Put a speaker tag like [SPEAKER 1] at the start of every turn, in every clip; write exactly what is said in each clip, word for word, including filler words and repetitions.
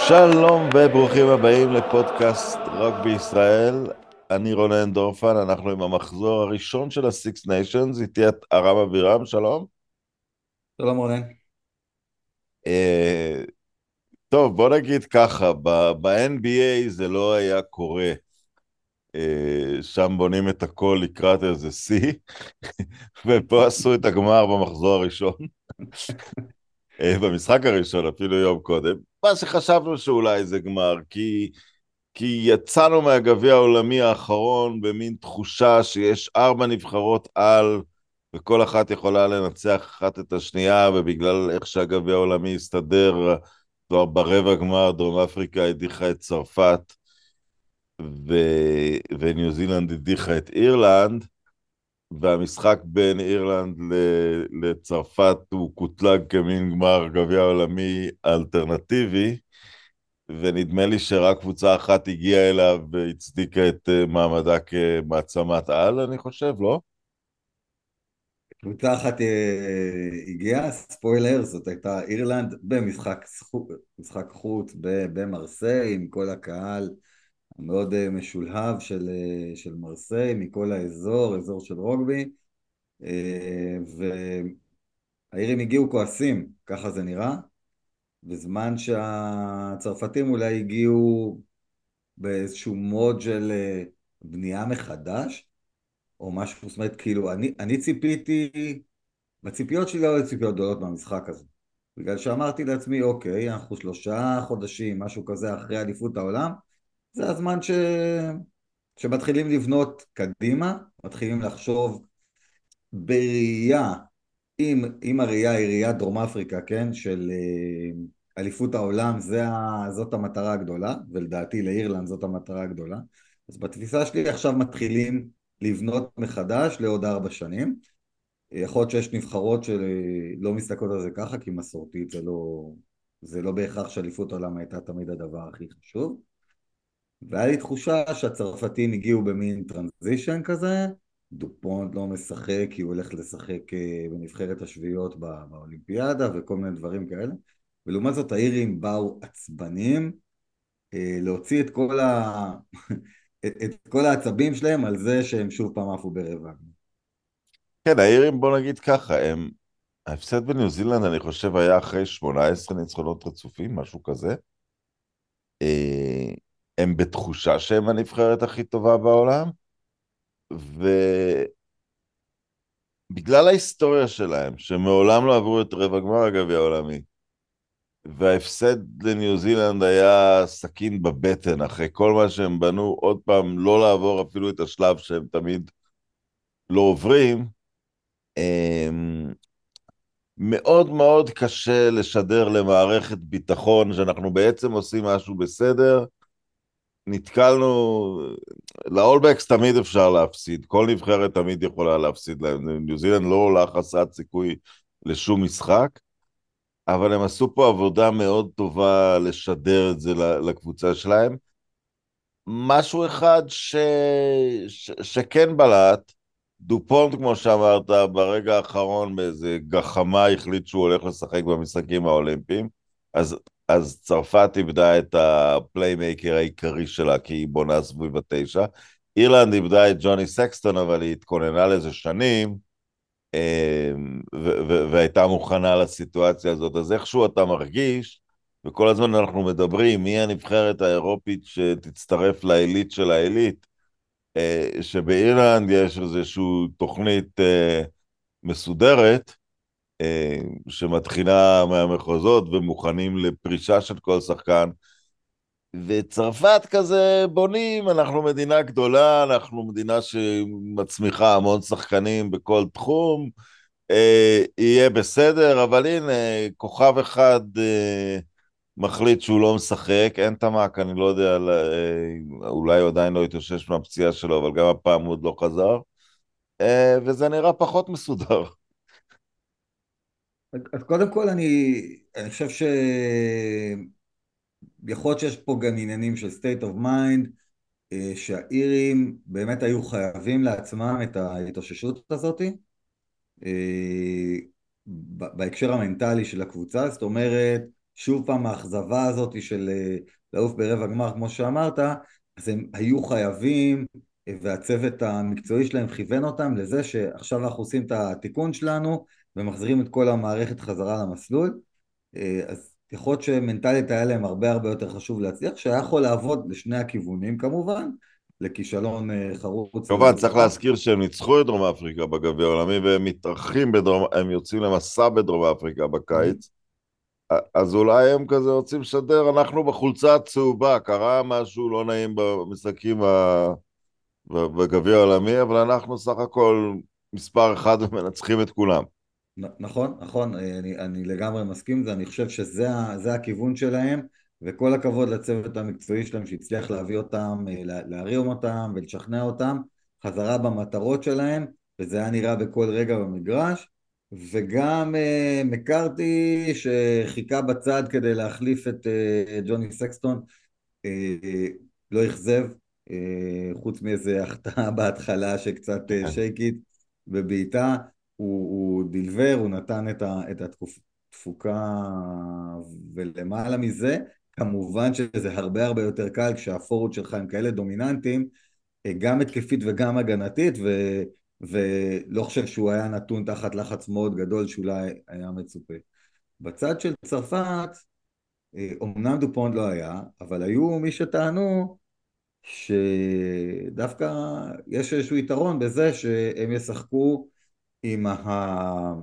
[SPEAKER 1] שלום וברוכים הבאים לפודקאסט רוק בישראל. אני רונן דורפן, אנחנו עם המחזור הראשון של ה-Six Nations, איתי את ארם אבירם, שלום.
[SPEAKER 2] שלום רונן.
[SPEAKER 1] אה, טוב, בוא נגיד ככה, ב-N B A זה לא היה קורה. אה, שם בונים את הכל לקראת איזה שיא, ופה עשו את הגמר במחזור הראשון, אה, במשחק הראשון, אפילו יום קודם. מה שחשבנו שאולי זה גמר, כי... כי יצאנו מהגביע העולמי האחרון במין תחושה שיש ארבע נבחרות על, וכל אחת יכולה לנצח אחת את השנייה, ובגלל איך שהגביע העולמי הסתדר, כבר ברבע גמר דרום אפריקה הדיחה את צרפת, ו... וניו זילנד הדיחה את אירלנד, והמשחק בין אירלנד ל... לצרפת הוא קוטלג כמין גמר גביע עולמי אלטרנטיבי, ונדמה לי שרק קבוצה אחת הגיעה אליו והצדיקה את אה, מעמדה כמעצמת על, אני חושב, לא?
[SPEAKER 2] קבוצה אחת אה, הגיעה, ספוילר, זאת הייתה אירלנד במשחק זכו- משחק חוץ ב- במרסיי עם כל הקהל המאוד אה, משולהב של, אה, של מרסיי, מכל האזור, אזור של רוגבי, אה, והאירים הגיעו כועסים, ככה זה נראה, בזמן שהצרפתים אולי הגיעו באיזשהו מוד של אה, בנייה מחדש, או משהו, זאת אומרת, כאילו, אני, אני ציפיתי, הציפיות שלי לא היו ציפיות גדולות מהמשחק הזה. בגלל שאמרתי לעצמי, אוקיי, אנחנו שלושה חודשים, משהו כזה, אחרי אליפות העולם, זה הזמן ש... שמתחילים לבנות קדימה, מתחילים לחשוב בראייה, אם, אם הראייה היא ראיית דרום אפריקה, כן, של אה, אליפות העולם, זה ה... זאת המטרה הגדולה, ולדעתי לאירלנד זאת המטרה הגדולה. אז בתפיסה שלי עכשיו מתחילים לבנות מחדש לעוד ארבע שנים. יכול להיות שיש נבחרות שלא מסתכלות על זה ככה, כי מסורתית זה לא, זה לא בהכרח שאליפות העולם הייתה תמיד הדבר הכי חשוב. והיה לי תחושה שהצרפתים הגיעו במין טרנזישן כזה, דופונט לא משחק כי הוא הולך לשחק אה, בנבחרת השביעיות בא- באולימפיאדה וכל מיני דברים כאלה. ולעומת זאת האירים באו עצבנים אה, להוציא את כל ה... את, את כל העצבים שלהם על זה שהם שוב פעם עפו ברבע.
[SPEAKER 1] כן, האירים, בוא נגיד ככה, הם... ההפסד בניו זילנד, אני חושב, היה אחרי שמונה עשרה ניצחונות רצופים, משהו כזה. אה, הם בתחושה שהם הנבחרת הכי טובה בעולם, ובגלל ההיסטוריה שלהם, שמעולם לא עברו את רבע גמר הגביע העולמי, וההפסד לניו זילנד היה סכין בבטן, אחרי כל מה שהם בנו, עוד פעם לא לעבור אפילו את השלב שהם תמיד לא עוברים, אמ, מאוד מאוד קשה לשדר למערכת ביטחון שאנחנו בעצם עושים משהו בסדר. נתקלנו, לאולבקס תמיד אפשר להפסיד, כל נבחרת תמיד יכולה להפסיד להם, ניו זילנד לא עולה חסרת סיכוי לשום משחק, אבל הם עשו פה עבודה מאוד טובה לשדר את זה לקבוצה שלהם. משהו אחד ש... ש... שכן בלט, דופונט, כמו שאמרת, ברגע האחרון באיזה גחמה החליט שהוא הולך לשחק במשחקים האולימפיים, אז, אז צרפת איבדה את הפליימייקר העיקרי שלה, כי היא בונה סביב התשע. אירלנד איבדה את ג'וני סקסטון, אבל היא התכוננה לזה שנים, אה, ו- ו- והייתה מוכנה לסיטואציה הזאת. אז איכשהו אתה מרגיש, וכל הזמן אנחנו מדברים, מי הנבחרת האירופית שתצטרף לעילית של העילית, אה, שבאירלנד יש איזושהי תוכנית אה, מסודרת, אה, שמתחילה מהמחוזות ומוכנים לפרישה של כל שחקן, וצרפת כזה בונים, אנחנו מדינה גדולה, אנחנו מדינה שמצמיחה המון שחקנים בכל תחום, אה, יהיה בסדר, אבל הנה, כוכב אחד אה, מחליט שהוא לא משחק, אין תמ"ק, אני לא יודע, אה, אולי הוא עדיין לא התאושש מהפציעה שלו, אבל גם הפעם הוא עוד לא חזר, אה, וזה נראה פחות מסודר.
[SPEAKER 2] אז קודם כל אני, אני חושב שיכול להיות שיש פה גם עניינים של state of mind, אה, שהאירים באמת היו חייבים לעצמם את ההתאוששות הזאת, אה, ב- בהקשר המנטלי של הקבוצה, זאת אומרת, שוב פעם האכזבה הזאת של אה, לעוף ברבע גמר, כמו שאמרת, אז הם היו חייבים, אה, והצוות המקצועי שלהם כיוון אותם לזה שעכשיו אנחנו עושים את התיקון שלנו ומחזירים את כל המערכת חזרה למסלול. אה, אז יכול להיות שמנטלית היה להם הרבה הרבה יותר חשוב להצליח, שהיה יכול לעבוד לשני הכיוונים כמובן, לכישלון אה, חרוץ
[SPEAKER 1] כמובן, צריך
[SPEAKER 2] ומוצלח.
[SPEAKER 1] להזכיר שהם ניצחו את דרום אפריקה בגביע העולמי, והם מתארחים בדרום, הם יוצאים למסע בדרום אפריקה בקיץ, אז אולי הם כזה רוצים לשדר, אנחנו בחולצה הצהובה, קרה משהו לא נעים במשחקים ה- בגביע העולמי, אבל אנחנו סך הכל מספר אחד ומנצחים את כולם.
[SPEAKER 2] נ- נכון, נכון, אה, אני, אני לגמרי מסכים עם זה, אני חושב שזה ה- זה הכיוון שלהם, וכל הכבוד לצוות המקצועי שלהם שהצליח להביא אותם, אה, לה- להרים אותם ולשכנע אותם חזרה במטרות שלהם, וזה היה נראה בכל רגע במגרש, וגם אה, מקארתי שחיכה בצד כדי להחליף את אה, ג'וני סקסטון, אה, אה, לא אכזב, אה, חוץ מאיזה החטאה בהתחלה שקצת אה,
[SPEAKER 1] כן.
[SPEAKER 2] שייקית בבעיטה, הוא, הוא דילבר, הוא נתן את, ה, את התפוקה, ולמעלה מזה, כמובן שזה הרבה הרבה יותר קל כשהפורוד שלך הם כאלה דומיננטים, אה, גם התקפית וגם הגנתית, ו, ולא חושב שהוא היה נתון תחת לחץ מאוד גדול שאולי היה מצופה. בצד של צרפת, אומנם דופונט לא היה, אבל היו מי שטענו שדווקא יש איזשהו יתרון בזה שהם ישחקו עם, ה...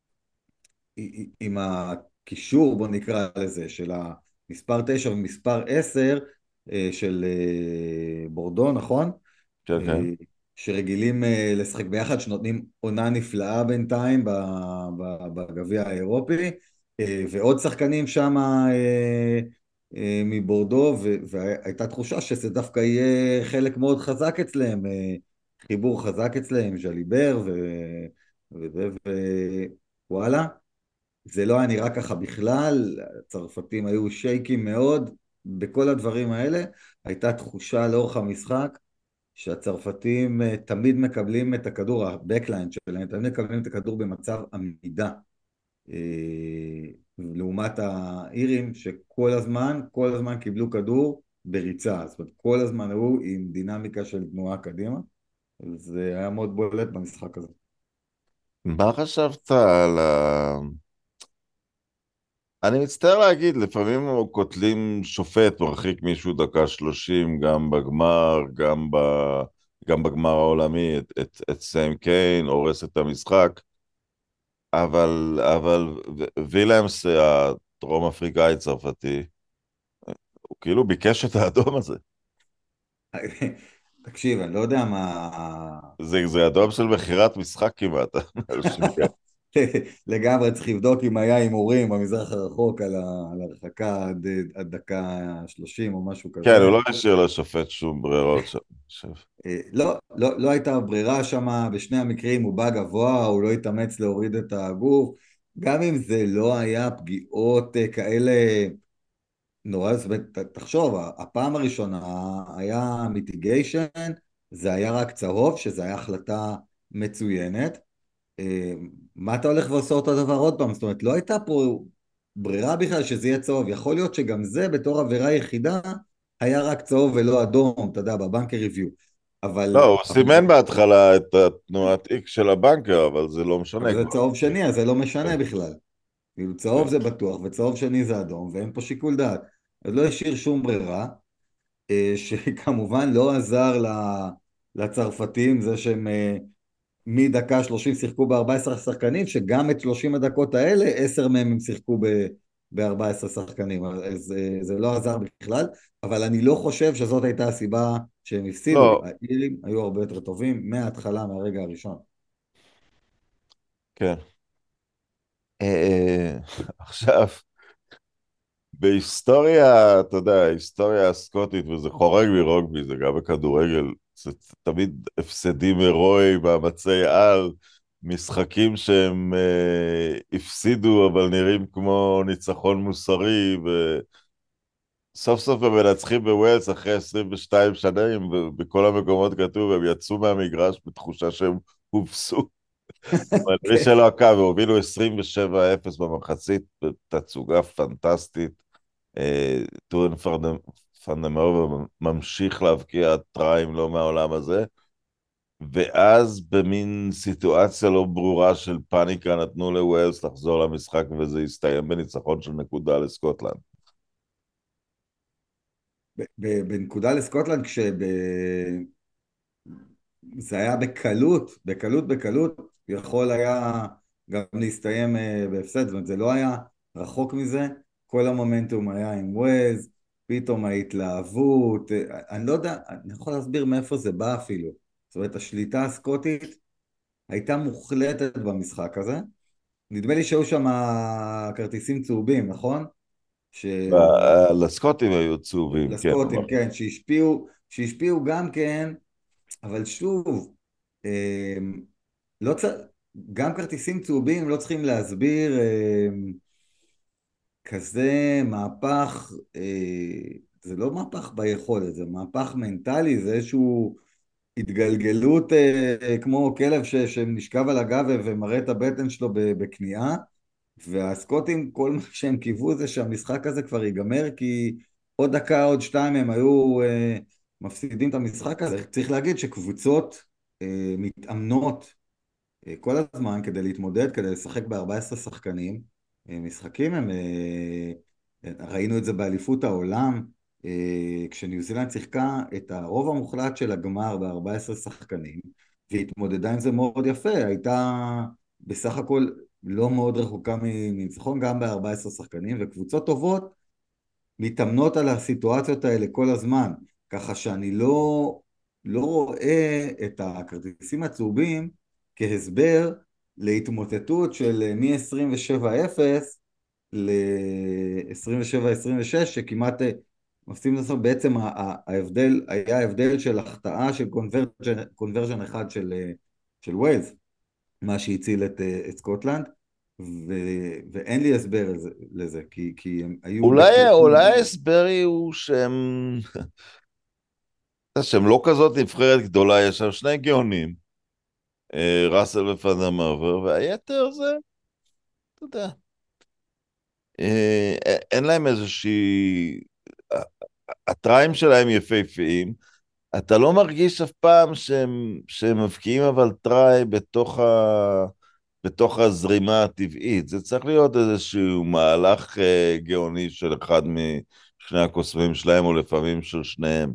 [SPEAKER 2] עם הקישור, בוא נקרא לזה, של המספר תשע ומספר עשר אה, של אה, בורדו, נכון?
[SPEAKER 1] כן, כן.
[SPEAKER 2] אה, שרגילים אה, לשחק ביחד, שנותנים עונה נפלאה בינתיים ב- ב- בגביע האירופי, אה, ועוד שחקנים שם אה, אה, מבורדו, ו- והייתה תחושה שזה דווקא יהיה חלק מאוד חזק אצלם, אה, חיבור חזק אצלם, ז'ליבר ו... וזה, ווואלה, זה לא היה נראה ככה בכלל, הצרפתים היו שייקים מאוד, בכל הדברים האלה הייתה תחושה לאורך המשחק שהצרפתים אה, תמיד מקבלים את הכדור, הבקליין שלהם, תמיד מקבלים את הכדור במצב עמידה. אה, לעומת האירים שכל הזמן, כל הזמן קיבלו כדור בריצה, זאת אומרת כל הזמן היו עם דינמיקה של תנועה קדימה, זה היה מאוד בולט במשחק הזה.
[SPEAKER 1] מה חשבת על ה... אני מצטער להגיד, לפעמים הוא קוטלים שופט, מרחיק מישהו דקה שלושים, גם בגמר, גם, ב... גם בגמר העולמי, את, את, את סם קיין, הורס את המשחק, אבל, אבל ו- וילמס, הדרום אפריקאי צרפתי, הוא כאילו ביקש את האדום הזה.
[SPEAKER 2] תקשיב, אני לא יודע מה...
[SPEAKER 1] זה, זה אדום של מכירת משחק כמעט. אנשים כאלה.
[SPEAKER 2] לגמרי צריך לבדוק אם היה הימורים במזרח הרחוק על ה- על הרחקה עד, עד דקה שלושים או משהו
[SPEAKER 1] כן,
[SPEAKER 2] כזה.
[SPEAKER 1] הוא לא השאיר לשופט שום ברירות שם. אני חושב.
[SPEAKER 2] אה, לא, לא, לא הייתה ברירה שם, בשני המקרים הוא בא גבוה, הוא לא התאמץ להוריד את הגוף, גם אם זה לא היה פגיעות אה, כאלה נורא, זאת אומרת, ת- תחשוב, הפעם הראשונה היה מיטיגיישן, זה היה רק צהוב, שזה היה החלטה מצוינת, אה, מה אתה הולך ועושה אותו דבר עוד פעם? זאת אומרת, לא הייתה פה ברירה בכלל שזה יהיה צהוב. יכול להיות שגם זה בתור עבירה יחידה היה רק צהוב ולא אדום, אתה יודע, בבנקר ריוויו.
[SPEAKER 1] לא,
[SPEAKER 2] אבל,
[SPEAKER 1] הוא
[SPEAKER 2] אבל,
[SPEAKER 1] סימן בהתחלה את התנועת איקס של הבנקר, אבל זה לא משנה
[SPEAKER 2] אבל זה
[SPEAKER 1] כבר.
[SPEAKER 2] צהוב שני, אז זה לא משנה
[SPEAKER 1] כן,
[SPEAKER 2] בכלל. כאילו
[SPEAKER 1] כן.
[SPEAKER 2] צהוב זה בטוח, וצהוב שני זה אדום, ואין פה שיקול דעת. אז לא השאיר שום ברירה, אה, שכמובן לא עזר ל- לצרפתים, זה שהם אה, מדקה שלושים שיחקו ב-ארבעה עשר שחקנים, שגם את שלושים הדקות האלה, עשר מהם הם שיחקו ב-ארבעה עשר שחקנים, אז זה, זה לא עזר בכלל, אבל אני לא חושב שזאת הייתה הסיבה שהם הפסידו,
[SPEAKER 1] לא,
[SPEAKER 2] האירים היו הרבה יותר טובים מההתחלה, מהרגע הראשון.
[SPEAKER 1] כן. אה, אה, עכשיו, בהיסטוריה, אתה יודע, ההיסטוריה הסקוטית, וזה חורג מרוגבי, זה גם בכדורגל, זה תמיד הפסדים הירואיים, מאמצי על, משחקים שהם אה, הפסידו, אבל נראים כמו ניצחון מוסרי, וסוף סוף הם מנצחים בווילס אחרי עשרים ושתיים שנים, ובכל המקומות כתוב, הם יצאו מהמגרש בתחושה שהם הובסו. אבל מי
[SPEAKER 2] כן.
[SPEAKER 1] שלא עקב, הובילו עשרים ושבע אפס במחצית, תצוגה פנטסטית. אה, טורן פנדמר ממשיך להבקיע טריים לא מהעולם הזה, ואז במין סיטואציה לא ברורה של פאניקה נתנו לווילס לחזור למשחק, וזה הסתיים בניצחון של נקודה לסקוטלנד.
[SPEAKER 2] ב- ב- בנקודה לסקוטלנד, כשב... זה היה בקלות, בקלות, בקלות, יכול היה גם להסתיים אה, בהפסד, זאת אומרת, זה לא היה רחוק מזה, כל המומנטום היה עם ווייז, פתאום ההתלהבות, אה, אני לא יודע, אני יכול להסביר מאיפה זה בא אפילו, זאת אומרת, השליטה הסקוטית הייתה מוחלטת במשחק הזה, נדמה לי שהיו שם כרטיסים צהובים, נכון? ש...
[SPEAKER 1] ב- לסקוטים היו צהובים, כן, אבל
[SPEAKER 2] לסקוטים, כן, שהשפיעו, שהשפיעו גם כן, אבל שוב, אמ, לא צ... גם כרטיסים צהובים לא צריכים להסביר אמ, כזה מהפך, אה, זה לא מהפך ביכולת, זה מהפך מנטלי, זה איזשהו התגלגלות אה, כמו כלב ש... שנשכב על הגב ומראה את הבטן שלו בכניעה, והסקוטים כל מה שהם קיוו זה שהמשחק הזה כבר ייגמר, כי עוד דקה עוד שתיים הם היו אה, מפסידים את המשחק הזה. צריך להגיד שקבוצות אה, מתאמנות אה, כל הזמן כדי להתמודד, כדי לשחק ב-ארבעה עשר שחקנים. אה, משחקים הם, אה, ראינו את זה באליפות העולם, אה, כשניו זילנד שיחקה את הרוב המוחלט של הגמר ב-ארבעה עשר שחקנים, והתמודדה עם זה מאוד יפה, הייתה בסך הכל לא מאוד רחוקה מניצחון גם ב-ארבעה עשר שחקנים, וקבוצות טובות מתאמנות על הסיטואציות האלה כל הזמן, ככה שאני לא, לא רואה את הכרטיסים הצהובים כהסבר להתמוטטות של מ-עשרים ושבע אפס ל-עשרים ושבע עשרים ושש, שכמעט עושים את זה. בעצם ההבדל היה הבדל של החטאה של קונברג'ן אחד של, של ווילס, מה שהציל את, את סקוטלנד, ו, ואין לי הסבר לזה, לזה כי, כי הם היו
[SPEAKER 1] אולי,
[SPEAKER 2] בקצב.
[SPEAKER 1] אולי ההסבר הוא שהם, שהם לא כזאת נבחרת גדולה, יש שם שני גאונים, אה, ראסל ופנדמרבר, והיתר זה, אתה יודע, אה, אין להם איזושהי, הטריים שלהם יפהפיים, אתה לא מרגיש אף פעם שהם, שהם מבקיעים אבל טריי בתוך ה... בתוך הזרימה הטבעית. זה צריך להיות איזשהו מהלך אה, גאוני של אחד משני הקוסמים שלהם, או לפעמים של שניהם.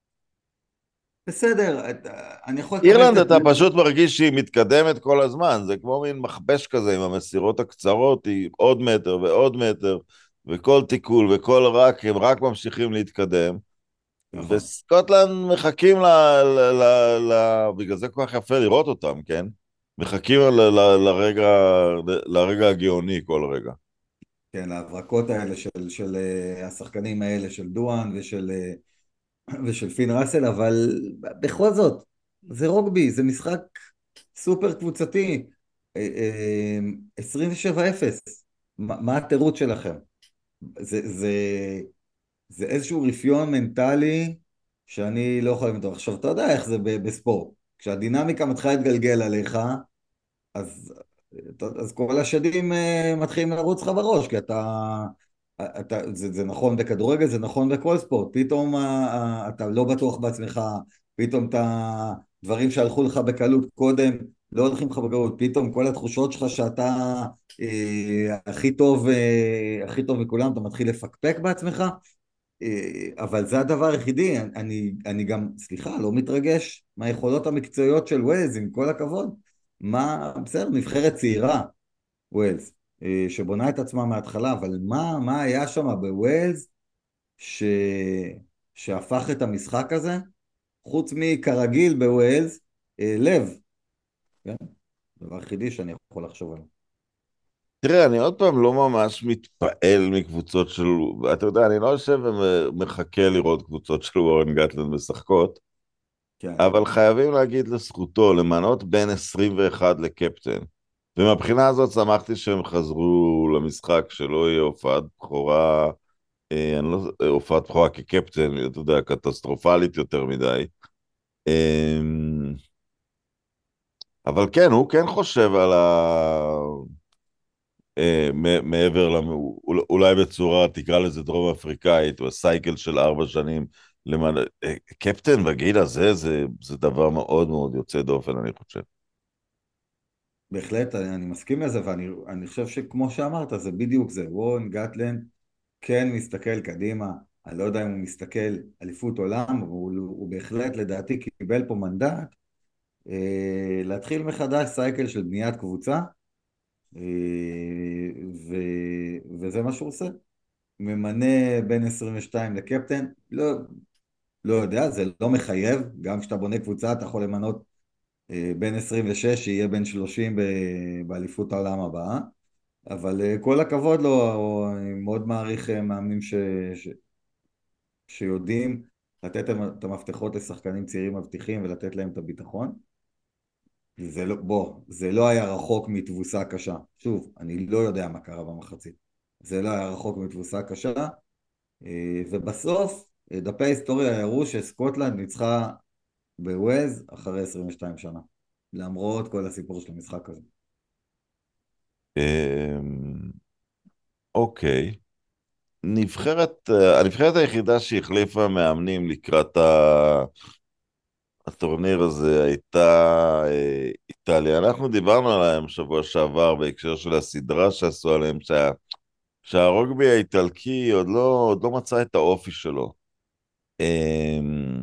[SPEAKER 2] בסדר, אתה- אני יכול לקבל את
[SPEAKER 1] אירלנד אתה
[SPEAKER 2] הטיעון.
[SPEAKER 1] פשוט מרגיש שהיא מתקדמת כל הזמן, זה כמו מין מכבש כזה עם המסירות הקצרות, היא עוד מטר ועוד מטר, וכל תיקול וכל רק, הם רק ממשיכים להתקדם.
[SPEAKER 2] נכון.
[SPEAKER 1] וסקוטלנד מחכים ל... ל... ל... ל... בגלל זה כל כך יפה לראות אותם, כן? מחכים ל... ל... לרגע... לרגע הגאוני כל רגע.
[SPEAKER 2] כן, ההברקות האלה של, של אה, השחקנים האלה, של דואן ושל, אה, ושל פין ראסל, אבל בכל זאת, זה רוגבי, זה משחק סופר קבוצתי. אה, אה, עשרים ושבע אפס, מה, מה התירוץ שלכם? זה, זה, זה איזשהו רפיון מנטלי שאני לא יכול להבין אותו. עכשיו, אתה יודע איך זה ב- בספורט. כשהדינמיקה מתחילה להתגלגל עליך, אז, אז כל השדים אה, מתחילים לרוץ לך בראש, כי אתה, אתה זה, זה נכון בכדורגל, זה נכון בכל ספורט, פתאום אה, אה, אתה לא בטוח בעצמך, פתאום אתה, דברים שהלכו לך בקלות קודם, לא הולכים לך בקלות, פתאום כל התחושות שלך שאתה אה, הכי טוב, אה, הכי טוב מכולם, אתה מתחיל לפקפק בעצמך, אה, אבל זה הדבר היחידי. אני, אני גם, סליחה, לא מתרגש מהיכולות המקצועיות של ווילס, עם כל הכבוד. מה, בסדר, נבחרת צעירה, ווילס, אה, שבונה את עצמה מההתחלה, אבל מה, מה היה שם בווילס ש... שהפך את המשחק הזה, חוץ מכרגיל בווילס, אה, לב, כן? דבר היחידי שאני יכול לחשוב עליו.
[SPEAKER 1] תראה, אני עוד פעם לא ממש מתפעל מקבוצות של... אתה יודע, אני לא יושב ומחכה לראות קבוצות של וורן גטלן משחקות,
[SPEAKER 2] כן.
[SPEAKER 1] אבל חייבים להגיד לזכותו, למנות בין עשרים ואחת לקפטן. ומבחינה הזאת שמחתי שהם חזרו למשחק, שלא יהיה הופעת בכורה, אה, אני לא, אה, הופעת בכורה כקפטן, אתה יודע, קטסטרופלית יותר מדי. אה, אבל כן, הוא כן חושב על ה... אה, מ- מעבר, למ... אול- אולי בצורה, תקרא לזה דרום אפריקאית, או סייקל של ארבע שנים. למען... אה, קפטן בגיל הזה, זה, זה דבר מאוד מאוד יוצא דופן, אני חושב.
[SPEAKER 2] בהחלט, אני, אני מסכים לזה, ואני אני חושב שכמו שאמרת, זה בדיוק זה. וורן גטלן כן מסתכל קדימה, אני לא יודע אם הוא מסתכל אליפות עולם, אבל הוא, הוא בהחלט לדעתי קיבל פה מנדט אה, להתחיל מחדש סייקל של בניית קבוצה, אה, ו, וזה מה שהוא עושה. ממנה בין עשרים ושתיים לקפטן, לא, לא יודע, זה לא מחייב, גם כשאתה בונה קבוצה אתה יכול למנות אה, בין עשרים ושש שיהיה בין שלושים ב- באליפות העולם הבאה, אבל אה, כל הכבוד לו, אני מאוד מעריך אה, מאמנים ש, ש, שיודעים לתת את המפתחות לשחקנים צעירים מבטיחים ולתת להם את הביטחון. זה לא, בוא, זה לא היה רחוק מתבוסה קשה. שוב, אני לא יודע מה קרה במחצית. זה לא היה רחוק מתבוסה קשה, אה, ובסוף אה, דפי ההיסטוריה יראו שסקוטלנד ניצחה בווייז אחרי עשרים ושתיים שנה, למרות כל הסיפור של המשחק הזה.
[SPEAKER 1] אמ, אוקיי. נבחרת, אה, הנבחרת היחידה שהחליפה מאמנים לקראת ה- הטורניר הזה הייתה אה, איטליה. אנחנו דיברנו עליהם שבוע שעבר בהקשר של הסדרה שעשו עליהם, שה, שהרוגבי האיטלקי עוד לא, עוד לא מצא את האופי שלו. אמ,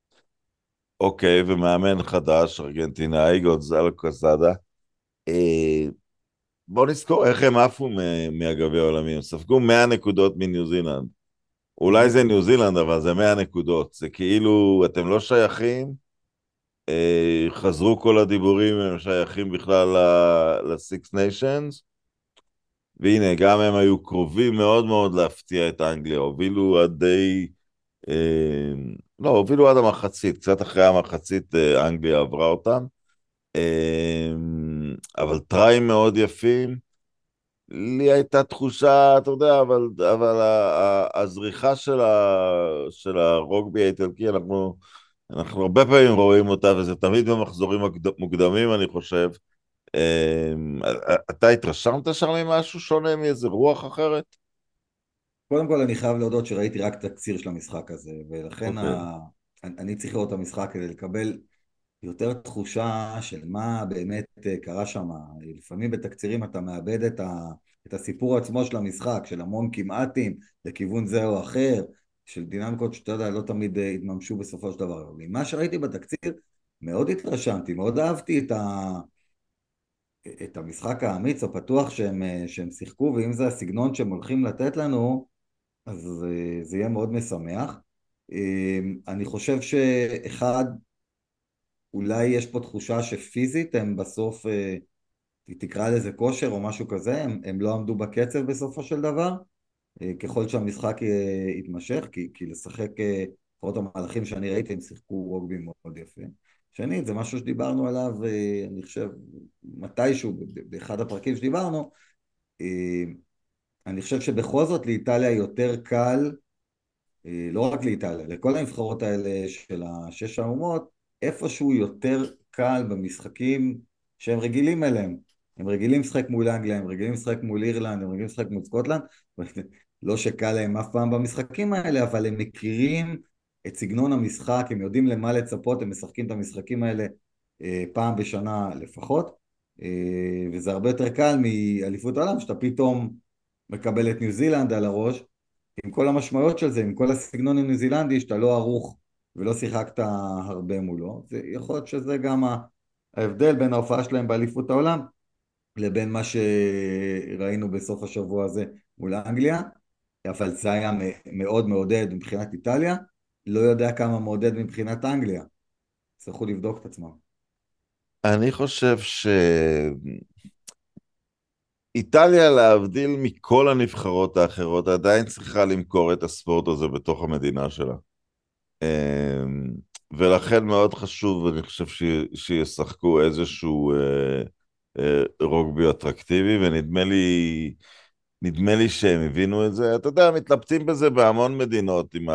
[SPEAKER 1] אוקיי, ומאמן חדש, ארגנטינאי, גונזלו קזאדה. אה, בוא נזכור איך הם עפו מ- מהגביע העולמי. הם ספגו מאה נקודות מניו זילנד. אולי
[SPEAKER 2] מהמם.
[SPEAKER 1] זה ניו זילנד, אבל זה מאה נקודות. זה כאילו, אתם לא שייכים, אה, חזרו כל הדיבורים, הם שייכים בכלל ל-Six Nations, והנה, גם הם היו קרובים מאוד מאוד להפתיע את אנגליה, הובילו עד די... אה, לא, הובילו עד המחצית, קצת אחרי המחצית אה, אנגליה עברה אותם, אה, אבל טריים מאוד יפים. לי הייתה תחושה, אתה יודע, אבל, אבל ה- ה- הזריחה של, ה, של הרוגבי האיטלקי, אנחנו, אנחנו הרבה פעמים רואים אותה, וזה תמיד במחזורים הקד- מוקדמים, אני חושב. אמ, אתה התרשמת שם ממשהו שונה, מאיזה רוח אחרת?
[SPEAKER 2] קודם כל אני חייב להודות שראיתי רק תקציר של המשחק הזה, ולכן
[SPEAKER 1] אוקיי.
[SPEAKER 2] ה... אני אני צריך לראות את המשחק כדי לקבל יותר תחושה של מה באמת אה, קרה שם. לפעמים בתקצירים אתה מאבד את, ה... את הסיפור עצמו של המשחק, של המון כמעטים לכיוון זה או אחר, של דינמיקות שאתה יודע לא תמיד אה, התממשו בסופו של דבר. ממה שראיתי בתקציר מאוד התרשמתי, מאוד אהבתי את ה... את המשחק האמיץ הפתוח שהם, אה, שהם שיחקו, ואם זה הסגנון שהם הולכים לתת לנו, אז אה, זה יהיה מאוד משמח. אה, אני חושב שאחד, אולי יש פה תחושה שפיזית הם בסוף, אה, תקרא לזה כושר או משהו כזה, הם, הם לא עמדו בקצב בסופו של דבר, אה, ככל שהמשחק אה, יתמשך, כי, כי לשחק, אה, לפחות המהלכים שאני ראיתי, הם שיחקו רוגבי מאוד יפה. שנית, זה משהו שדיברנו עליו, אה, אני חושב, מתישהו, באחד הפרקים שדיברנו, אה, אני חושב שבכל זאת לאיטליה יותר קל, אה, לא רק לאיטליה, לכל הנבחרות האלה של השש האומות, איפשהו יותר קל במשחקים שהם רגילים אליהם. הם רגילים לשחק מול אנגליה, הם רגילים לשחק מול אירלנד, הם רגילים לשחק מול סקוטלנד, לא שקל להם אף פעם במשחקים האלה, אבל הם מכירים את סגנון המשחק, הם יודעים למה לצפות, הם משחקים את המשחקים האלה אה, פעם בשנה לפחות, אה, וזה הרבה יותר קל מאליפות העולם, שאתה פתאום מקבל את ניו זילנד על הראש, עם כל המשמעויות של זה, עם כל הסגנון הניו זילנדי, שאתה לא ערוך ולא שיחקת הרבה מולו. זה יכול להיות שזה גם ההבדל בין ההופעה שלהם באליפות העולם לבין מה שראינו בסוף השבוע הזה מול אנגליה, אבל זה היה מאוד מעודד מבחינת איטליה, לא יודע כמה מעודד מבחינת אנגליה, צריכו לבדוק את עצמם.
[SPEAKER 1] אני חושב שאיטליה, להבדיל מכל הנבחרות האחרות, עדיין צריכה למכור את הספורט הזה בתוך המדינה שלה. אמ, ולכן מאוד חשוב, אני חושב ש... שישחקו איזשהו אה, אה, רוגבי אטרקטיבי, ונדמה לי, נדמה לי שהם הבינו את זה. אתה יודע, מתלבטים בזה בהמון מדינות עם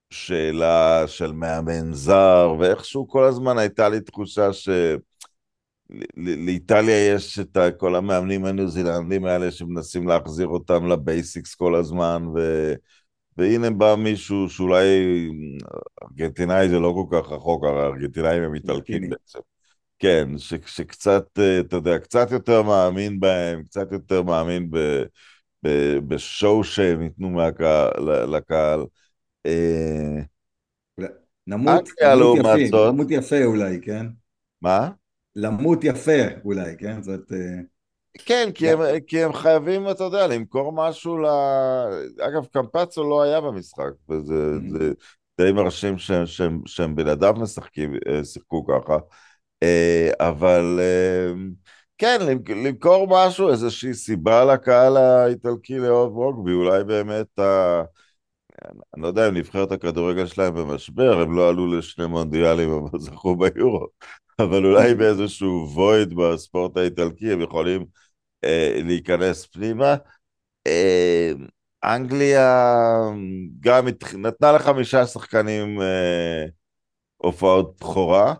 [SPEAKER 1] השאלה של מאמן זר, ואיכשהו כל הזמן הייתה לי תחושה ש... ל- לאיטליה יש את ה- כל המאמנים הניו זילנדים האלה שמנסים להחזיר אותם לבייסיקס כל הזמן, ו... והנה בא מישהו שאולי ארגנטינאי זה לא כל כך רחוק, הרי הארגנטינאים הם איטלקים
[SPEAKER 2] לטיני.
[SPEAKER 1] בעצם. כן, ש, שקצת, אה, אתה יודע, קצת יותר מאמין בהם, קצת יותר מאמין ב, ב, בשואו שהם ייתנו מהקהל, לקהל. אה,
[SPEAKER 2] נמות,
[SPEAKER 1] אנגליה
[SPEAKER 2] נמות
[SPEAKER 1] לעומת
[SPEAKER 2] יפים,
[SPEAKER 1] זאת,
[SPEAKER 2] נמות יפה אולי, כן?
[SPEAKER 1] מה?
[SPEAKER 2] למות יפה אולי, כן? זאת... אה,
[SPEAKER 1] כן, כי הם,
[SPEAKER 2] ג-
[SPEAKER 1] כי הם חייבים, אתה יודע, למכור משהו ל... אגב, קמפצו לא היה במשחק, וזה זה די מרשים שהם, שהם, שהם בלעדיו משחקים, אה, שיחקו ככה. אה, אבל אה, כן, למכור משהו, איזושהי סיבה לקהל האיטלקי לאהוב רוגבי, אולי באמת, ה... אני לא יודע אם נבחרת הכדורגל שלהם במשבר, הם לא עלו לשני מונדיאלים, אבל זכו ביורו, אבל אולי באיזשהו וויד בספורט האיטלקי הם יכולים אה, להיכנס פנימה. אה, אנגליה גם התח- נתנה לחמישה שחקנים אה, הופעות בכורה,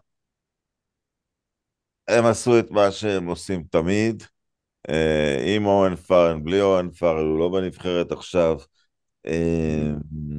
[SPEAKER 1] הם עשו את מה שהם עושים תמיד, אה, עם אורן פארן, בלי אורן פארן, הוא לא בנבחרת עכשיו. אה,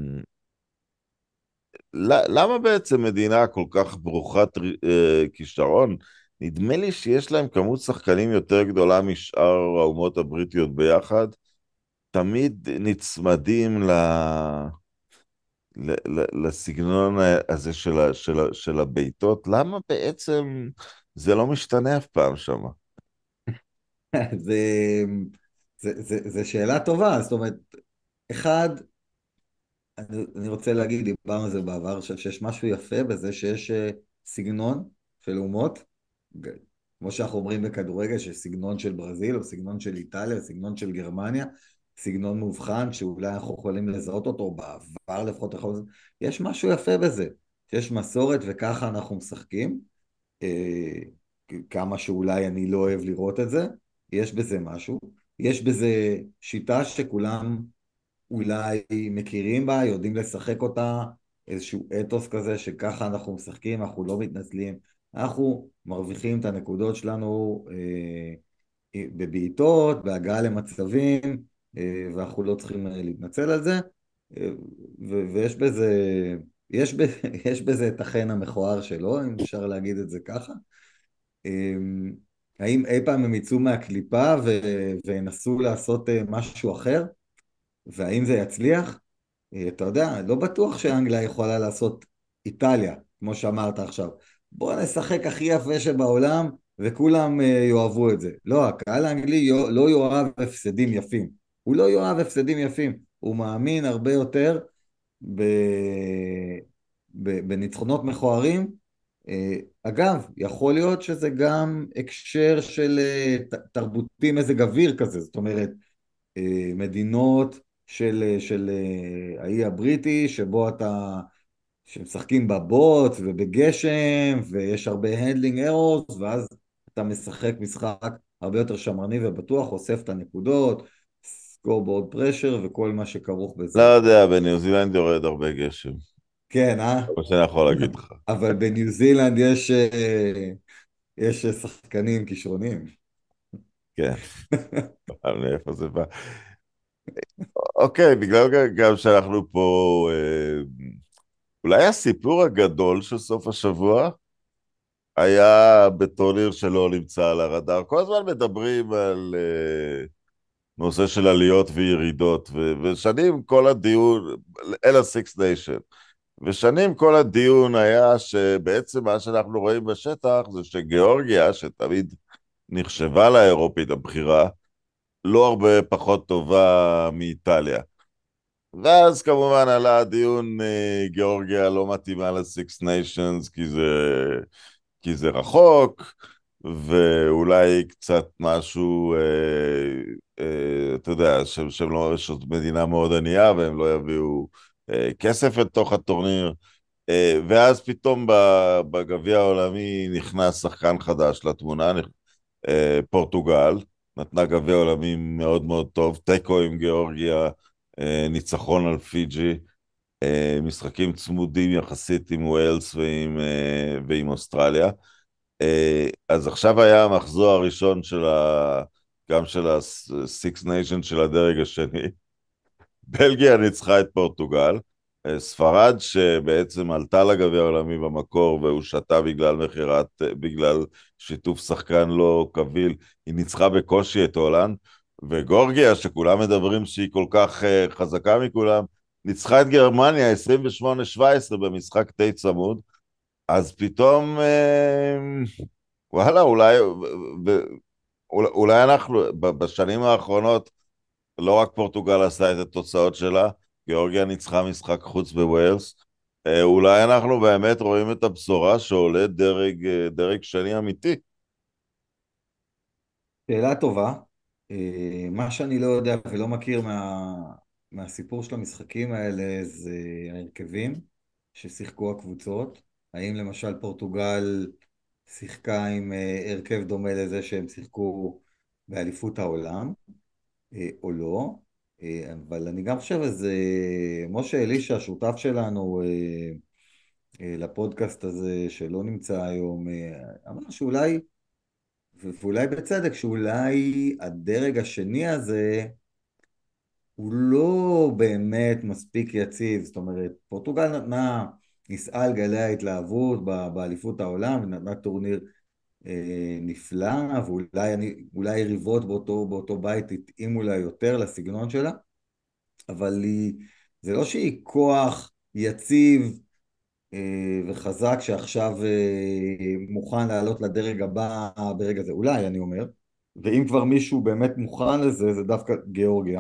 [SPEAKER 1] ל- למה בעצם מדינה כל כך ברוכת אה, כישרון? נדמה לי שיש להם כמות שחקנים יותר גדולה משאר האומות הבריטיות ביחד, תמיד נצמדים ל... ל... ל... לסגנון הזה של, ה... של, ה... של הבעיטות. למה בעצם זה לא משתנה אף פעם שם?
[SPEAKER 2] זה, זה, זה, זה שאלה טובה, זאת אומרת, אחד, אני, אני רוצה להגיד, דיברנו על זה בעבר, אני חושב שיש משהו יפה בזה שיש אה, סגנון של אומות, ג- כמו שאנחנו אומרים בכדורגל, שיש סגנון של ברזיל, או סגנון של איטליה, או סגנון של גרמניה, סגנון מובחן, שאולי אנחנו יכולים לזהות אותו, בעבר לפחות יכול להיות, יש משהו יפה בזה, שיש מסורת וככה אנחנו משחקים, אה, כמה שאולי אני לא אוהב לראות את זה, יש בזה משהו, יש בזה שיטה שכולם אולי מכירים בה, יודעים לשחק אותה, איזשהו אתוס כזה שככה אנחנו משחקים, אנחנו לא מתנצלים, אנחנו מרוויחים את הנקודות שלנו אה, בבעיטות, בהגעה למצבים, אה, ואנחנו לא צריכים אה, להתנצל על זה, אה, ו- ויש בזה, יש, ב- יש בזה את החן המכוער שלו, אם אפשר להגיד את זה ככה. אה, האם אי פעם הם יצאו מהקליפה ו- וינסו לעשות אה, משהו אחר? והאם זה יצליח? אה, אתה יודע, לא בטוח שאנגליה יכולה לעשות איטליה, כמו שאמרת עכשיו. בוא נשחק הכי יפה שבעולם, וכולם אה, יאהבו את זה. לא, הקהל האנגלי יו- לא יאהב הפסדים יפים. הוא לא יאהב הפסדים יפים. הוא מאמין הרבה יותר ב... ב... בניצחונות מכוערים. אה, אגב, יכול להיות שזה גם הקשר של אה, ת- תרבותי מזג אוויר כזה, זאת אומרת, אה, מדינות של, של אה, האי הבריטי, שבו אתה, שמשחקים בבוץ ובגשם, ויש הרבה הנדלינג ארוס, ואז אתה משחק משחק הרבה יותר שמרני ובטוח, אוסף את הנקודות, סקורבורד פרשר וכל מה שכרוך
[SPEAKER 1] לא
[SPEAKER 2] בזה.
[SPEAKER 1] יודע, בניו זילנד יורד הרבה גשם,
[SPEAKER 2] כן, אה?
[SPEAKER 1] זה מה שאני יכול להגיד לך.
[SPEAKER 2] אבל בניו זילנד יש, אה, יש שחקנים כישרונים.
[SPEAKER 1] כן, אבל מאיפה זה בא? אוקיי, בגלל גם שאנחנו פה, אה, אולי הסיפור הגדול של סוף השבוע היה בטורניר שלא נמצא על הרדאר. כל הזמן מדברים על אה, נושא של עליות וירידות, ו- ושנים כל הדיון, אל הסיקס ניישן, ושנים כל הדיון היה שבעצם מה שאנחנו רואים בשטח זה שגיאורגיה, שתמיד נחשבה לאירופית הבכירה, לא הרבה פחות טובה מאיטליה. ואז כמובן עלה הדיון, אה, גיאורגיה לא מתאימה לסיקס ניישנס כי זה, כי זה רחוק, ואולי קצת משהו, אה, אה, אתה יודע, שהם, שהם לא, שזאת מדינה מאוד ענייה והם לא יביאו אה, כסף לתוך הטורניר. אה, ואז פתאום ב- בגביע העולמי נכנס שחקן חדש לתמונה, נכ- אה, פורטוגל, נתנה גביע עולמי מאוד מאוד טוב, תיקו עם גיאורגיה, אה, ניצחון על פיג'י, אה, משחקים צמודים יחסית עם ווילס ועם, אה, ועם אוסטרליה. אה, אז עכשיו היה המחזור הראשון של ה... גם של ה-Six Nations של הדרג השני. בלגיה ניצחה את פורטוגל. אה, ספרד שבעצם עלתה לגביע העולמי במקור והושתה בגלל מכירת, אה, בגלל שיתוף שחקן לא קביל, היא ניצחה בקושי את הולנד. וגורגיה, שכולם מדברים שהיא כל כך אה, חזקה מכולם, ניצחה את גרמניה עשרים ושמונה שבע עשרה במשחק די צמוד. אז פתאום, אה, וואלה, אולי, ו- אולי אולי אנחנו ב- בשנים האחרונות, לא רק פורטוגל עשה את התוצאות שלה, גיאורגיה ניצחה משחק חוץ בווילס. אה, אולי אנחנו באמת רואים את הבשורה שעולה דרג, אה, דרג שני אמיתי.
[SPEAKER 2] שאלה טובה. אה, מה שאני לא יודע ולא מכיר מה, מהסיפור של המשחקים האלה זה ההרכבים ששיחקו הקבוצות. האם למשל פורטוגל שיחקה עם אה, הרכב דומה לזה שהם שיחקו באליפות העולם, אה, או לא? אה, אבל אני גם חושב איזה, משה אלישע, השותף שלנו אה, אה, לפודקאסט הזה שלא נמצא היום, אה, אמר שאולי, ואולי בצדק, שאולי הדרג השני הזה הוא לא באמת מספיק יציב. זאת אומרת, פורטוגל נתנה, נישאה על גלי ההתלהבות ב- באליפות העולם, ונתנה טורניר אה, נפלא, ואולי אני, אולי יריבות באותו, באותו בית התאימו לה יותר לסגנון שלה, אבל היא, זה לא שהיא כוח יציב אה, וחזק שעכשיו אה, מוכן לעלות לדרג הבא ברגע זה. אולי, אני אומר, ואם כבר מישהו באמת מוכן לזה, זה דווקא גיאורגיה,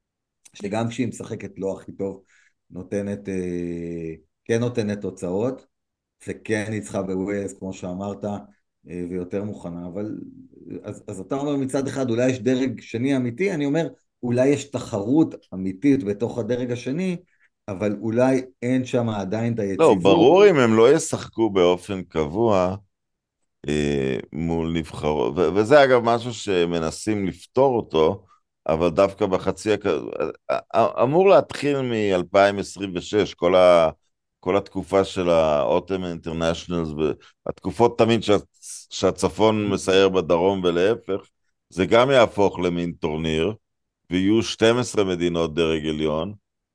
[SPEAKER 2] שגם כשהיא משחקת לא הכי טוב, נותנת, אה, כן נותנת תוצאות, וכן ניצחה בווילס, כמו שאמרת, אה, ויותר מוכנה. אבל, אז, אז אתה אומר מצד אחד, אולי יש דרג שני אמיתי, אני אומר, אולי יש תחרות אמיתית בתוך הדרג השני, אבל אולי אין שם עדיין את
[SPEAKER 1] לא,
[SPEAKER 2] היציבות.
[SPEAKER 1] ברור אם הם לא ישחקו באופן קבוע אה, מול נבחרות, ו- וזה אגב משהו שמנסים לפתור אותו, אבל דווקא בחצי הכ... אמור להתחיל מ-אלפיים עשרים ושש, כל ה... כל התקופה של האוטם אינטרנשיונלס, התקופות תמיד שה... שהצפון מסייר בדרום ולהפך, זה גם יהפוך למין טורניר, ויהיו שתים עשרה מדינות דרג עליון,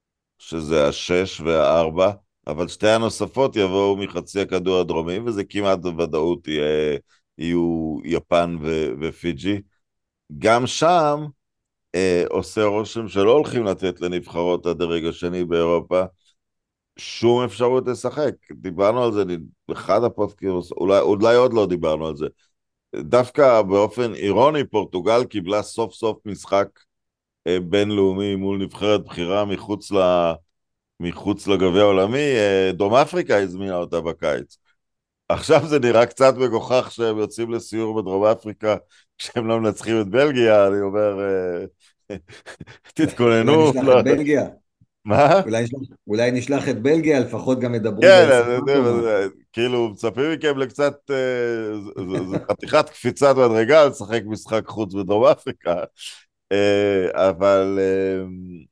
[SPEAKER 1] שזה השש והארבע, אבל שתי הנוספות יבואו מחצי הכדור הדרומי, וזה כמעט בוודאות יהיה, יהיו יפן ו- ופיג'י. גם שם אה, עושה רושם שלא הולכים לתת לנבחרות הדרג השני באירופה שום אפשרות לשחק. דיברנו על זה באחד הפודקאסטים, אולי, אולי עוד לא דיברנו על זה. דווקא באופן אירוני, פורטוגל קיבלה סוף סוף משחק אה, בינלאומי מול נבחרת בחירה מחוץ ל... מחוץ לגביע העולמי. אה, דרום אפריקה הזמינה אותה בקיץ. עכשיו זה נראה קצת מגוחך שהם יוצאים לסיור בדרום אפריקה כשהם לא מנצחים את בלגיה, אני אומר, אה,
[SPEAKER 2] אולי
[SPEAKER 1] תתכוננו.
[SPEAKER 2] נשלח
[SPEAKER 1] לא,
[SPEAKER 2] את בלגיה,
[SPEAKER 1] מה?
[SPEAKER 2] אולי נשלח, אולי נשלח את בלגיה, לפחות גם ידברו
[SPEAKER 1] כן,
[SPEAKER 2] בשפה
[SPEAKER 1] אני יודע,
[SPEAKER 2] טובה.
[SPEAKER 1] אה, כאילו מצפים מכם לקצת, אה, ז- ז- ז- חתיכת קפיצת מדרגה לשחק משחק חוץ בדרום אפריקה. אה, אבל אה,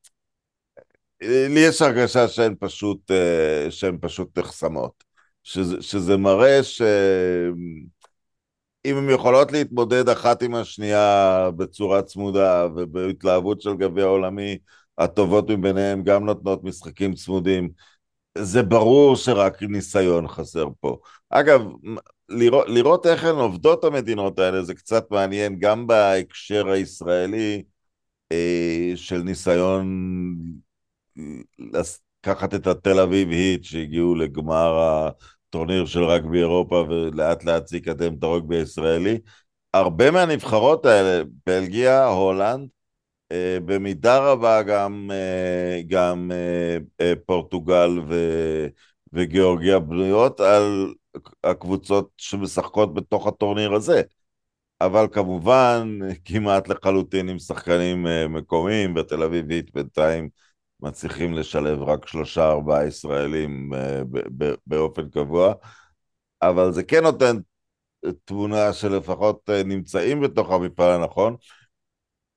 [SPEAKER 1] לי יש הרגשה שהן פשוט, אה, שהן פשוט נחסמות. שזה, שזה מראה שאם הן יכולות להתמודד אחת עם השנייה בצורה צמודה ובהתלהבות של גביע העולמי, הטובות מביניהם גם נותנות משחקים צמודים, זה ברור שרק ניסיון חסר פה. אגב, לראות, לראות איך הן עובדות המדינות האלה זה קצת מעניין, גם בהקשר הישראלי אה, של ניסיון לקחת את התל אביב היט שהגיעו לגמר הטורניר של רגבי אירופה ולאט לאט זה יקדם את הרוגבי הישראלי. הרבה מהנבחרות האלה, בלגיה, הולנד, אה, במידה רבה גם, אה, גם אה, אה, פורטוגל ו, וגיאורגיה בנויות על הקבוצות שמשחקות בתוך הטורניר הזה. אבל כמובן, כמעט לחלוטין עם שחקנים אה, מקומיים, בתל אביבית בינתיים מצליחים לשלב רק שלושה ארבעה ישראלים אה, ב- ב- באופן קבוע, אבל זה כן נותן תמונה שלפחות אה, נמצאים בתוך המפעל הנכון.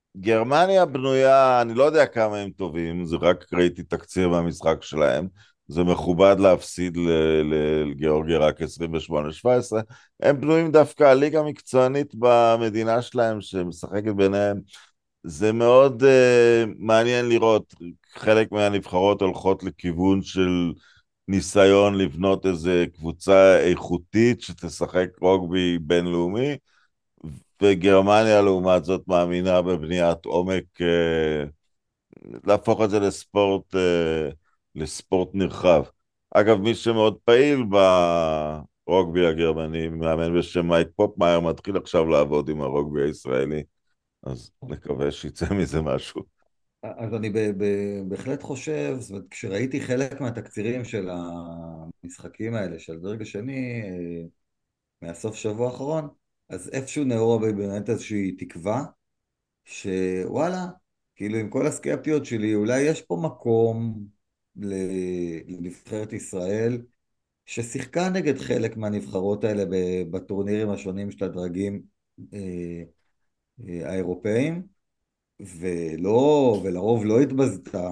[SPEAKER 1] גרמניה בנויה, אני לא יודע כמה הם טובים, זה רק ראיתי תקציר מהמשחק שלהם, זה מכובד להפסיד ל- ל- לגיאורגיה רק עשרים ושמונה שבע עשרה. הם בנויים דווקא על ליגה מקצוענית במדינה שלהם שמשחקת ביניהם. זה מאוד uh, מעניין לראות. חלק מהנבחרות הולכות לכיוון של ניסיון לבנות איזה קבוצה איכותית שתשחק רוגבי בינלאומי, וגרמניה לעומת זאת מאמינה בבניית עומק, uh, להפוך את זה לספורט, אה, לספורט נרחב. אגב, מי שמאוד פעיל ברוגבי הגרמני, מאמן בשם מייק פופמייר, מתחיל עכשיו לעבוד עם הרוגבי הישראלי, אז נקווה שיצא מזה משהו.
[SPEAKER 2] אז אני ב- ב- בהחלט חושב, זאת אומרת, כשראיתי חלק מהתקצירים של המשחקים האלה, של הדרג השני, אה, מהסוף שבוע האחרון, אז איפשהו נאורה בי באמת איזושהי תקווה, שוואלה, כאילו עם כל הסקפטיות שלי, אולי יש פה מקום ל- לנבחרת ישראל, ששיחקה נגד חלק מהנבחרות האלה ב- בטורנירים השונים של הדרגים אה, אה, האירופאים, ולא, ולרוב לא התבזתה,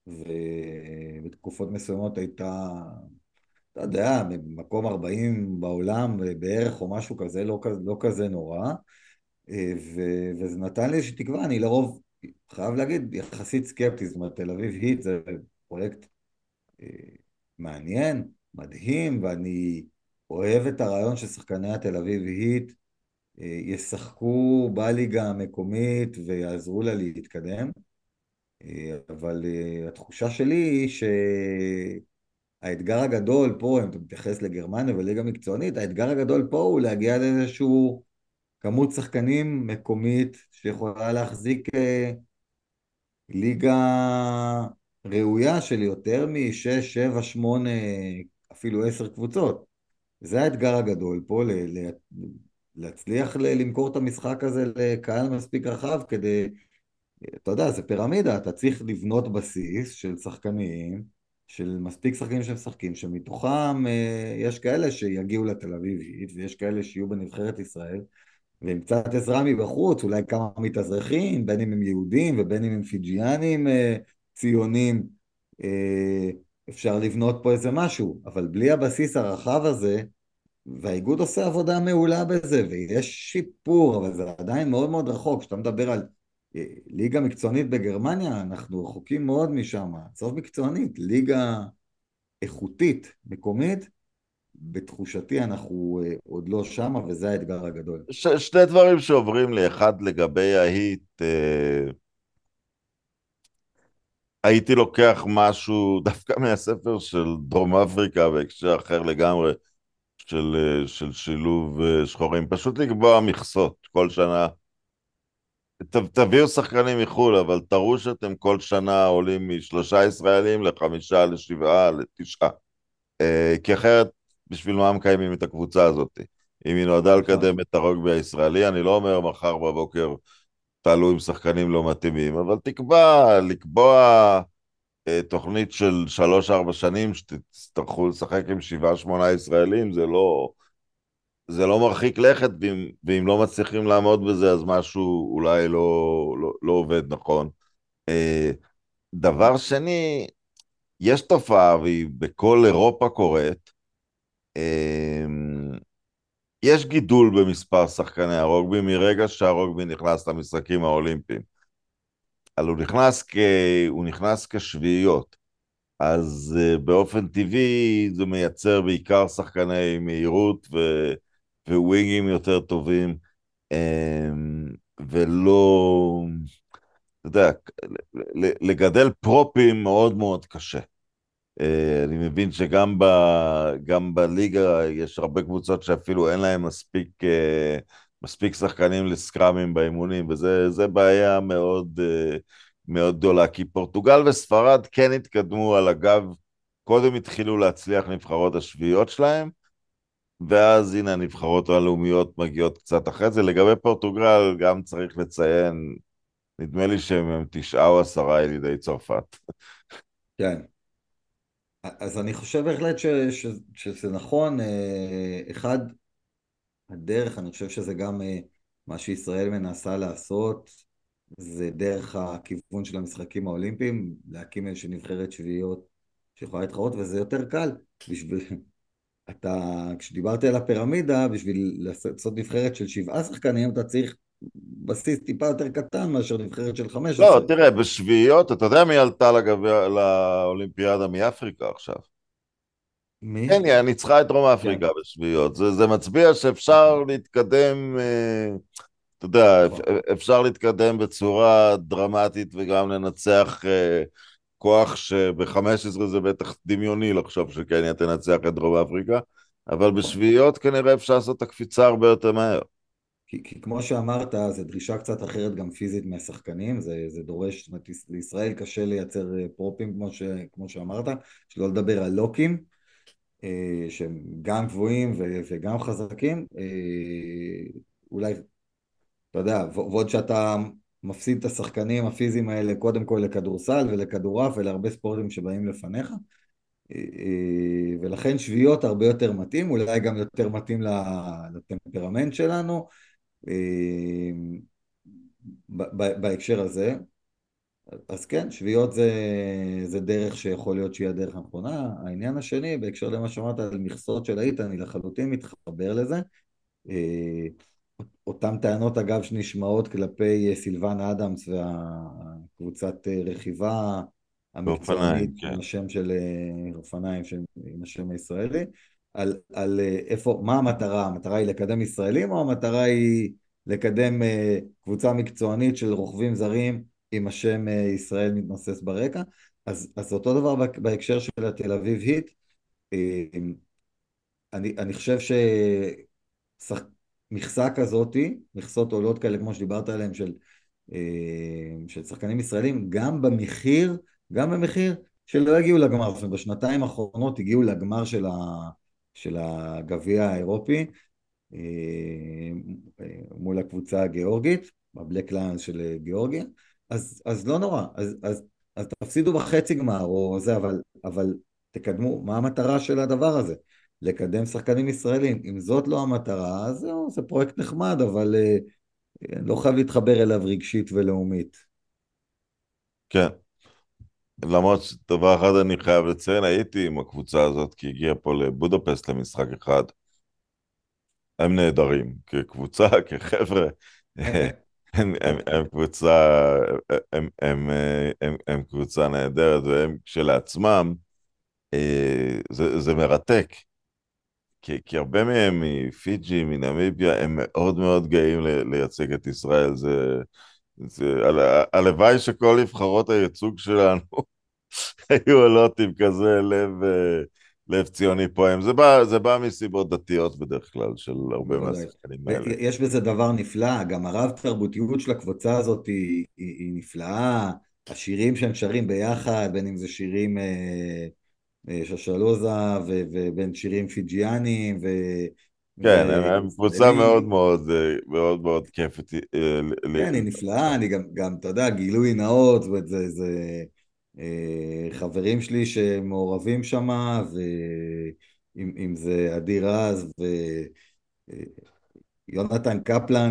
[SPEAKER 2] ובתקופות מסוימות הייתה, אתה יודע, במקום ארבעים בעולם בערך או משהו כזה, לא, כזה- לא כזה נורא, אה, ו- וזה נתן לי איזושהי תקווה. אני לרוב, חייב להגיד, יחסית סקפטי, זאת אומרת, תל אביב היט זה פרויקט אה, מעניין, מדהים, ואני אוהב את הרעיון ששחקני התל אביב היט אה, ישחקו בליגה המקומית ויעזרו לה להתקדם. אה, אבל אה, התחושה שלי היא שהאתגר הגדול פה, אם אתה מתייחס לגרמניה וליגה מקצוענית, האתגר הגדול פה הוא להגיע לאיזשהו כמות שחקנים מקומית שיכולה להחזיק אה, ליגה ראויה של יותר משש, שבע, שמונה, אפילו עשר קבוצות. זה האתגר הגדול פה, ל- ל- להצליח ל- למכור את המשחק הזה לקהל מספיק רחב כדי, אתה יודע, זה פירמידה, אתה צריך לבנות בסיס של שחקנים, של מספיק שחקנים שמשחקים, שמתוכם אה, יש כאלה שיגיעו לתל אביבית, ויש כאלה שיהיו בנבחרת ישראל, ועם קצת עזרה מבחוץ, אולי כמה מתאזרחים, בין אם הם יהודים ובין אם הם פיג'יאנים אה, ציונים, אה, אפשר לבנות פה איזה משהו, אבל בלי הבסיס הרחב הזה, והאיגוד עושה עבודה מעולה בזה, ויש שיפור, אבל זה עדיין מאוד מאוד רחוק. כשאתה מדבר על אה, ליגה מקצוענית בגרמניה, אנחנו רחוקים מאוד משם. עזוב מקצוענית, ליגה איכותית, מקומית, בתחושתי אנחנו אה, עוד לא שמה, וזה האתגר הגדול.
[SPEAKER 1] ש, שני דברים שעוברים לי, אחד לגבי ההיט, אה, הייתי לוקח משהו דווקא מהספר של דרום אפריקה בהקשר אחר לגמרי, של, אה, של שילוב אה, שחורים, פשוט לקבוע מכסות כל שנה. ת, תביאו שחקנים מחו"ל, אבל תראו שאתם כל שנה עולים משלושה ישראלים לחמישה, לשבעה, לתשעה. אה, כי אחרת, בשביל מה מקיימים את הקבוצה הזאת? אם היא נועדה
[SPEAKER 2] נכון.
[SPEAKER 1] לקדם את הרוגבי הישראלי, אני לא אומר מחר בבוקר תעלו עם שחקנים לא מתאימים, אבל תקבע, לקבוע אה, תוכנית של שלוש-ארבע שנים שתצטרכו לשחק עם שבעה, שמונה ישראלים, זה לא, זה לא מרחיק לכת, ואם, ואם לא מצליחים לעמוד בזה, אז משהו אולי לא, לא, לא עובד נכון. אה, דבר שני, יש תופעה, והיא בכל אירופה קורית, אה, יש גידול במספר שחקני הרוגבי מרגע שהרוגבי נכנס למשחקים האולימפיים. אבל הוא נכנס, כ... הוא נכנס כשביעיות, אז uh, באופן טבעי זה מייצר בעיקר שחקני מהירות ו... וווינגים יותר טובים, um, ולא, אתה יודע, ל- לגדל פרופים מאוד מאוד קשה. אה, אני מבין שגם ב, גם בליגה יש הרבה קבוצות שאפילו אין להם מספיק, אה, מספיק שחקנים לסקראמים באימונים, וזה זה בעיה מאוד, אה, מאוד גדולה, כי פורטוגל וספרד כן התקדמו על הגב, קודם התחילו להצליח נבחרות השביעיות שלהם, ואז הנה הנבחרות הלאומיות מגיעות קצת אחרי זה. לגבי פורטוגל גם צריך לציין, נדמה לי שהם הם תשעה או עשרה ילידי צרפת.
[SPEAKER 2] כן. אז אני חושב בהחלט ש, ש, שזה נכון. אה, אחד, הדרך, אני חושב שזה גם אה, מה שישראל מנסה לעשות, זה דרך הכיוון של המשחקים האולימפיים, להקים איזושהי נבחרת שביעיות שיכולה להתחרות, וזה יותר קל בשביל... אתה, כשדיברתי על הפירמידה, בשביל לעשות נבחרת של שבעה שחקנים, אתה צריך בסיס טיפה יותר קטן מאשר נבחרת של חמש
[SPEAKER 1] לא,
[SPEAKER 2] עשרה.
[SPEAKER 1] תראה, בשביעיות, אתה יודע מי עלתה לגביע, לאולימפיאדה מאפריקה עכשיו?
[SPEAKER 2] מי?
[SPEAKER 1] קניה ניצחה את דרום
[SPEAKER 2] כן,
[SPEAKER 1] אפריקה בשביעיות. זה, זה מצביע שאפשר
[SPEAKER 2] נכון,
[SPEAKER 1] להתקדם, אה, אתה יודע,
[SPEAKER 2] נכון.
[SPEAKER 1] אפשר להתקדם בצורה דרמטית וגם לנצח אה, כוח שב-חמש עשרה זה בטח דמיוני לחשוב שקניה תנצח את דרום אפריקה, אבל
[SPEAKER 2] נכון.
[SPEAKER 1] בשביעיות כנראה אפשר לעשות את הקפיצה הרבה יותר מהר.
[SPEAKER 2] כי, כי כמו שאמרת, זו דרישה קצת אחרת גם פיזית מהשחקנים, זה, זה דורש, זאת אומרת, לישראל קשה לייצר אה, פרופים כמו, ש, כמו שאמרת, שלא לדבר על לוקים, אה, שהם גם גבוהים ו, וגם חזקים, אה, אולי, אתה יודע, ו- ועוד שאתה מפסיד את השחקנים הפיזיים האלה קודם כל לכדורסל ולכדורעף ולהרבה ספורטים שבאים לפניך, אה, אה, ולכן שביעיות הרבה יותר מתאים, אולי גם יותר מתאים ל- לטמפרמנט שלנו, אה, ב- ב- בהקשר הזה. אז כן, שביעיות זה, זה דרך שיכול להיות שהיא הדרך הנכונה. העניין השני, בהקשר למה שאמרת על מכסות של היית, אני לחלוטין מתחבר לזה. אה, אותן טענות אגב שנשמעות כלפי אה, סילבן אדמס והקבוצת אה, רכיבה
[SPEAKER 1] באופניים,
[SPEAKER 2] המקצוענית
[SPEAKER 1] כן.
[SPEAKER 2] עם השם של אה, אופניים, של- עם השם הישראלי, על, על אה, איפה, מה המטרה? המטרה היא לקדם ישראלים או המטרה היא לקדם אה, קבוצה מקצוענית של רוכבים זרים עם השם אה, ישראל מתנוסס ברקע? אז, אז אותו דבר בהקשר של התל אביב היט. אה, אני, אני חושב ש... שח... מכסה כזאתי, מכסות עולות כאלה כמו שדיברת עליהן של, אה, של שחקנים ישראלים, גם במחיר, גם במחיר שלא הגיעו לגמר, זאת אומרת בשנתיים האחרונות הגיעו לגמר של, ה, של הגביע האירופי, אה, אה, מול הקבוצה הגיאורגית, בבלק ליונס של גיאורגיה, אז, אז לא נורא, אז, אז, אז תפסידו בחצי גמר או זה, אבל, אבל תקדמו, מה המטרה של הדבר הזה? לקדם שחקנים ישראלים. אם זאת לא המטרה, אז זהו, זה פרויקט נחמד, אבל אה, לא חייב להתחבר אליו רגשית ולאומית.
[SPEAKER 1] כן. למרות שדבר אחד אני חייב לציין, הייתי עם הקבוצה הזאת כי הגיעה פה לבודפסט למשחק אחד. הם נהדרים, כקבוצה, כחבר'ה. הם, הם, הם קבוצה, הם, הם, הם, הם קבוצה נהדרת, והם כשלעצמם, אה, זה, זה מרתק. כי, כי הרבה מהם מפיג'י, מנמיביה, הם מאוד מאוד גאים ל- לייצג את ישראל. זה, זה, הל- הלוואי שכל נבחרות הייצוג שלנו היו עולות עם כזה לב, אה, לב ציוני פועם. זה בא, זה בא מסיבות דתיות בדרך כלל, של הרבה
[SPEAKER 2] בוודאי.
[SPEAKER 1] מהשחקנים האלה.
[SPEAKER 2] ויש בזה דבר נפלא, גם הרב תרבותיות של הקבוצה הזאת היא, היא, היא נפלאה, השירים שהם שרים ביחד, בין אם זה שירים אה, אה, שושלוזה ו- ובין שירים פיג'יאנים ו,
[SPEAKER 1] כן, הם, הם קבוצה מאוד
[SPEAKER 2] וישראלים,
[SPEAKER 1] מאוד, אה, מאוד מאוד כיפת. אה, ל- ל-
[SPEAKER 2] כן, היא נפלאה, אני גם, גם, אתה יודע, גילוי נאות, זאת אומרת, זה, זה אה, חברים שלי שמעורבים שם, ואם אם זה אדיר רז ויונתן קפלן,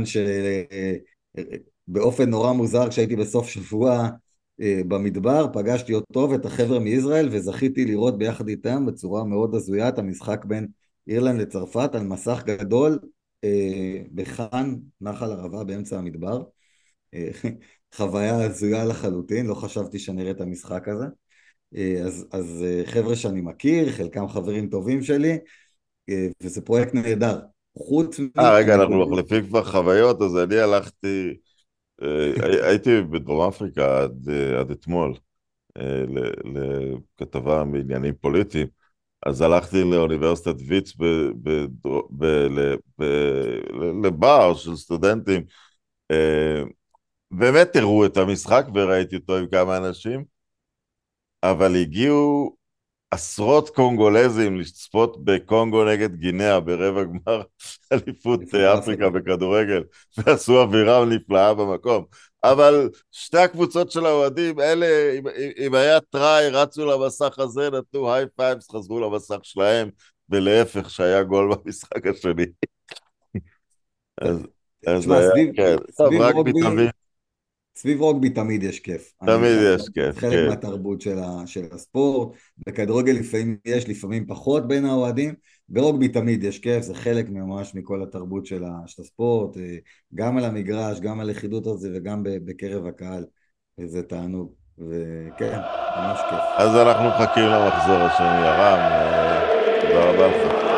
[SPEAKER 2] שבאופן נורא מוזר, כשהייתי בסוף שבוע אה, במדבר, פגשתי אותו ואת החבר'ה מישראל, וזכיתי לראות ביחד איתם בצורה מאוד הזויה את המשחק בין אירלנד לצרפת על מסך גדול אה, בכאן, נחל ערבה באמצע המדבר. אה, חוויה הזויה לחלוטין, לא חשבתי שנראה את המשחק הזה. אה, אז, אז אה, חבר'ה שאני מכיר, חלקם חברים טובים שלי, אה, וזה פרויקט נהדר. חוץ
[SPEAKER 1] אה, רגע, אנחנו
[SPEAKER 2] מהנקודה,
[SPEAKER 1] מחליפים כבר חוויות, אז אני הלכתי, אה, הי- הייתי בדרום אפריקה עד, אה, עד אתמול, אה, ל- לכתבה בעניינים פוליטיים, אז הלכתי לאוניברסיטת ויץ ב, ב, ב, ל, ב, ל, לבר של סטודנטים, אה, באמת הראו את המשחק וראיתי אותו עם כמה אנשים, אבל הגיעו עשרות קונגולזים לצפות בקונגו נגד גינאה ברבע גמר אליפות
[SPEAKER 2] אליפות
[SPEAKER 1] אפריקה
[SPEAKER 2] אפריקה.
[SPEAKER 1] בכדורגל, ועשו אווירה נפלאה במקום. אבל שתי הקבוצות של האוהדים, אלה, אם, אם היה טראי, רצו למסך הזה, נתנו היי פייבס, חזרו למסך שלהם, ולהפך, שהיה גול במשחק השני. אז, אז
[SPEAKER 2] תשמע,
[SPEAKER 1] היה,
[SPEAKER 2] סביב,
[SPEAKER 1] כן. טוב,
[SPEAKER 2] סביב
[SPEAKER 1] רק
[SPEAKER 2] רוגבי,
[SPEAKER 1] מתאבד.
[SPEAKER 2] סביב רוגבי תמיד יש כיף. אני
[SPEAKER 1] תמיד
[SPEAKER 2] חייב
[SPEAKER 1] יש
[SPEAKER 2] להגיד,
[SPEAKER 1] כיף,
[SPEAKER 2] זה חלק
[SPEAKER 1] כן.
[SPEAKER 2] מהתרבות של, ה, של הספורט. בכדורגל לפעמים יש, לפעמים פחות בין האוהדים. ברוגבי תמיד יש כיף, זה חלק ממש מכל התרבות של, ה, של הספורט, אה, גם על המגרש, גם על הלכידות הזה וגם ב- בקרב הקהל. זה תענוג, וכן, ממש כיף.
[SPEAKER 1] אז אנחנו מחכים למחזור השני, הרם, אה, תודה רבה לך.